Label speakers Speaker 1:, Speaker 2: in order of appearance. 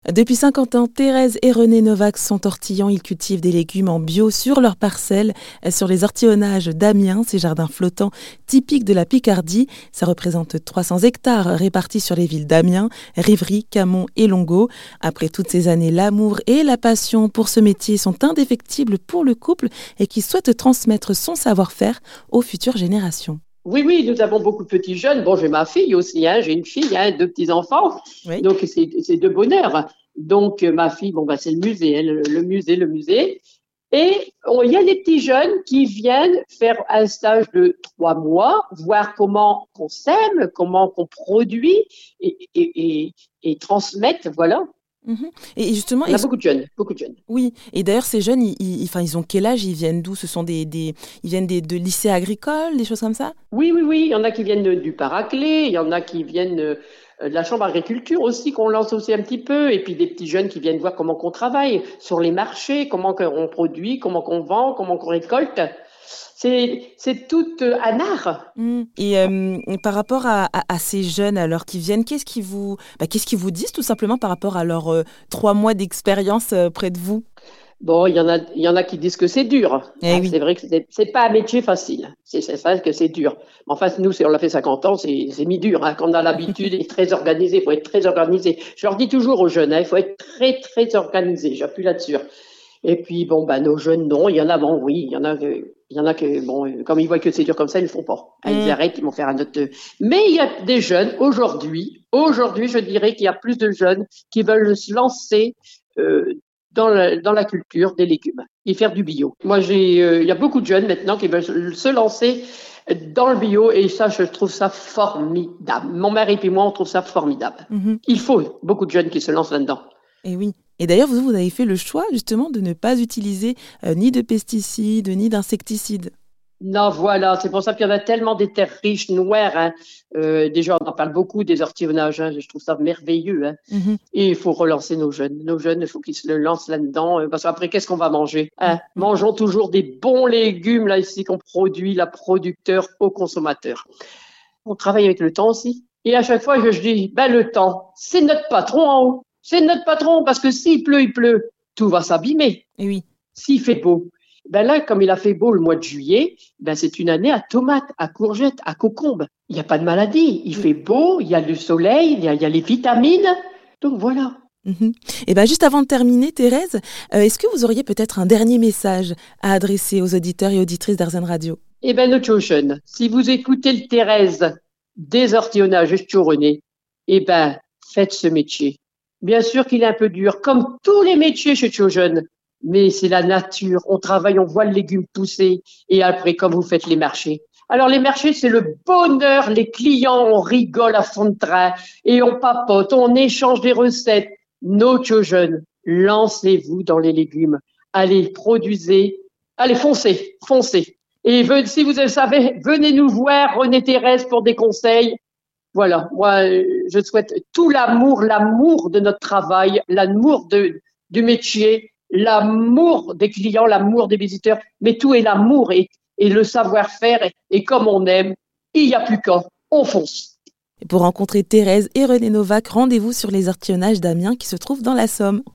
Speaker 1: Depuis 50 ans, Thérèse et René Novak sont tortillons. Ils cultivent des légumes en bio sur leur parcelle, sur les ortillonnages d'Amiens, ces jardins flottants typiques de la Picardie. Ça représente 300 hectares répartis sur les villes d'Amiens, Rivry, Camon et Longeau. Après toutes ces années, l'amour et la passion pour ce métier sont indéfectibles pour le couple et qui souhaite transmettre son savoir-faire aux futures générations.
Speaker 2: Oui, nous avons beaucoup de petits jeunes. Bon, j'ai ma fille aussi, j'ai une fille, 2 petits-enfants.
Speaker 1: Oui.
Speaker 2: Donc, c'est de bonheur. Donc, ma fille, c'est le musée, le musée. Et il y a des petits jeunes qui viennent faire un stage de 3 mois, voir comment on sème, comment on produit et transmettre, voilà.
Speaker 1: Et justement,
Speaker 2: On a beaucoup de jeunes, beaucoup de jeunes.
Speaker 1: oui. Et d'ailleurs, ces jeunes, ils ont quel âge? Ils viennent d'où? Ce sont ils viennent de lycées agricoles, des choses comme ça?
Speaker 2: Oui. Il y en a qui viennent du Paraclet, il y en a qui viennent de la Chambre d'agriculture aussi, qu'on lance aussi un petit peu, et puis des petits jeunes qui viennent voir comment qu'on travaille sur les marchés, comment on produit, comment qu'on vend, comment qu'on récolte. C'est tout un art.
Speaker 1: Et par rapport à ces jeunes alors qui viennent, qu'est-ce qu'ils vous disent tout simplement par rapport à leurs 3 mois d'expérience près de vous?
Speaker 2: Bon, il y en a qui disent que c'est dur.
Speaker 1: Oui.
Speaker 2: C'est vrai que c'est pas un métier facile. C'est ça que c'est dur. Mais enfin, nous, si on l'a fait 50 ans, c'est mis dur. Quand on a l'habitude d'être très organisé, il faut être très organisé. Je leur dis toujours aux jeunes, il faut être très, très organisé. J'appuie là-dessus. Et puis, nos jeunes, non. Il y en a, oui. Il y en a que, comme ils voient que c'est dur comme ça, ils ne le font pas. Ils arrêtent, ils vont faire un autre. Mais il y a des jeunes, aujourd'hui, je dirais qu'il y a plus de jeunes qui veulent se lancer, dans la culture des légumes et faire du bio. Moi, il y a beaucoup de jeunes maintenant qui veulent se lancer dans le bio et ça, je trouve ça formidable. Mon mari et moi, on trouve ça formidable. Il faut beaucoup de jeunes qui se lancent là-dedans.
Speaker 1: Et oui. Et d'ailleurs, vous avez fait le choix justement de ne pas utiliser ni de pesticides, ni d'insecticides.
Speaker 2: Non, voilà, c'est pour ça qu'il y en a tellement des terres riches, noires. Déjà, on en parle beaucoup des ortillonnages. Je trouve ça merveilleux. Et il faut relancer nos jeunes. Nos jeunes, il faut qu'ils se lancent là-dedans. Parce qu'après, qu'est-ce qu'on va manger? Mangeons toujours des bons légumes, là, ici, qu'on produit, la producteur au consommateur. On travaille avec le temps aussi. Et à chaque fois, je dis, le temps, c'est notre patron en haut. C'est notre patron, parce que s'il pleut, il pleut. Tout va s'abîmer.
Speaker 1: Et oui.
Speaker 2: S'il fait beau. Là, comme il a fait beau le mois de juillet, c'est une année à tomates, à courgettes, à concombres. Il n'y a pas de maladie. Il fait beau, il y a le soleil, il y a les vitamines. Donc voilà.
Speaker 1: Et juste avant de terminer, Thérèse, est-ce que vous auriez peut-être un dernier message à adresser aux auditeurs et auditrices d'Airzen Radio?
Speaker 2: Nos jeunes, si vous écoutez le Thérèse des ortillonnages chez René, faites ce métier. Bien sûr qu'il est un peu dur, comme tous les métiers chez jeunes. Mais c'est la nature, on travaille, on voit le légume pousser et après, comme vous faites les marchés. Alors les marchés, c'est le bonheur, les clients, on rigole à fond de train et on papote, on échange des recettes. Nos jeunes, lancez-vous dans les légumes, allez produisez, allez foncez. Et si vous le savez, venez nous voir, René Thérèse, pour des conseils. Voilà, moi je souhaite tout l'amour de notre travail, l'amour du métier, l'amour des clients, l'amour des visiteurs, mais tout est l'amour et le savoir-faire. Et comme on aime, il n'y a plus qu'à, on fonce.
Speaker 1: Et pour rencontrer Thérèse et René Novak, rendez-vous sur les ortillonnages d'Amiens qui se trouvent dans la Somme.